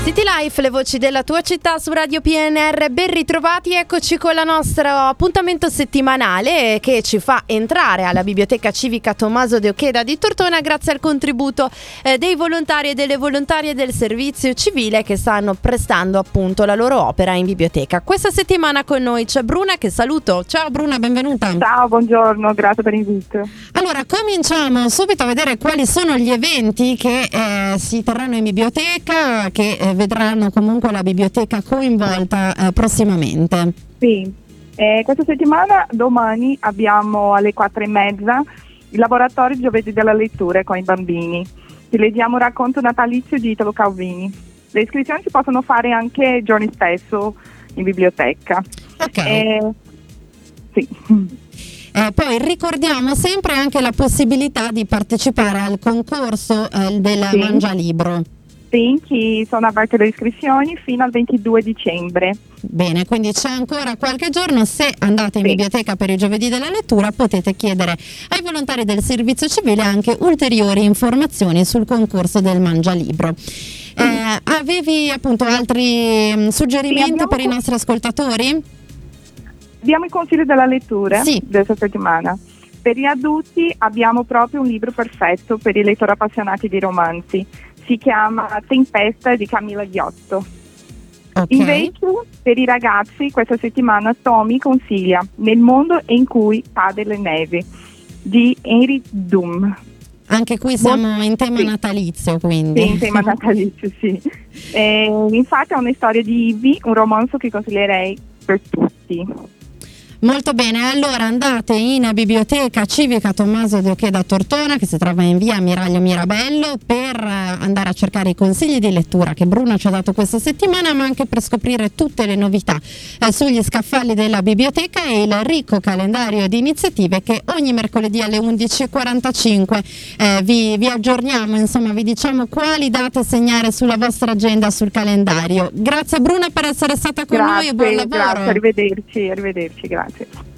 City Life, le voci della tua città su Radio PNR, ben ritrovati, eccoci con il nostro appuntamento settimanale che ci fa entrare alla Biblioteca Civica Tommaso de Oqueda di Tortona grazie al contributo dei volontari e delle volontarie del servizio civile che stanno prestando appunto la loro opera in biblioteca. Questa settimana con noi c'è Bruna, che saluto. Ciao Bruna, benvenuta. Ciao, buongiorno, grazie per l'invito. Allora, cominciamo subito a vedere quali sono gli eventi che si terranno in biblioteca, che vedranno comunque la biblioteca coinvolta prossimamente. Sì, questa settimana, domani, abbiamo alle 4:30 il laboratorio Giovedì della lettura con i bambini. Ci leggiamo un racconto natalizio di Italo Calvini. Le iscrizioni si possono fare anche giorni stesso in biblioteca. Ok. Sì. Poi ricordiamo sempre anche la possibilità di partecipare al concorso del Sì. Mangialibro. Sì, ci sono aperte le iscrizioni fino al 22 dicembre. Bene, quindi c'è ancora qualche giorno. Se andate in Sì. biblioteca per il Giovedì della lettura potete chiedere ai volontari del servizio civile anche ulteriori informazioni sul concorso del Mangialibro. Avevi appunto altri suggerimenti Sì, per i nostri ascoltatori? Abbiamo il consiglio della lettura Sì. questa settimana. Per gli adulti abbiamo proprio un libro perfetto per i lettori appassionati di romanzi. Si chiama Tempesta di Camilla Ghiotto. Ok. Invece per i ragazzi questa settimana Tommy consiglia Nel mondo in cui cade le neve di Henry Doom. Anche qui siamo in tema Sì. natalizio, quindi. Sì, in tema natalizio, sì. Infatti è una storia di Ivy, un romanzo che consiglierei per tutti. Molto bene, allora andate in biblioteca civica Tommaso de Oqueda Tortona, che si trova in via Miraglio Mirabello, per andare a cercare i consigli di lettura che Bruno ci ha dato questa settimana, ma anche per scoprire tutte le novità sugli scaffali della biblioteca e il ricco calendario di iniziative che ogni mercoledì alle 11:45 vi aggiorniamo, insomma vi diciamo quali date segnare sulla vostra agenda, sul calendario. Grazie Bruna per essere stata con noi e buon lavoro. Grazie, arrivederci, grazie.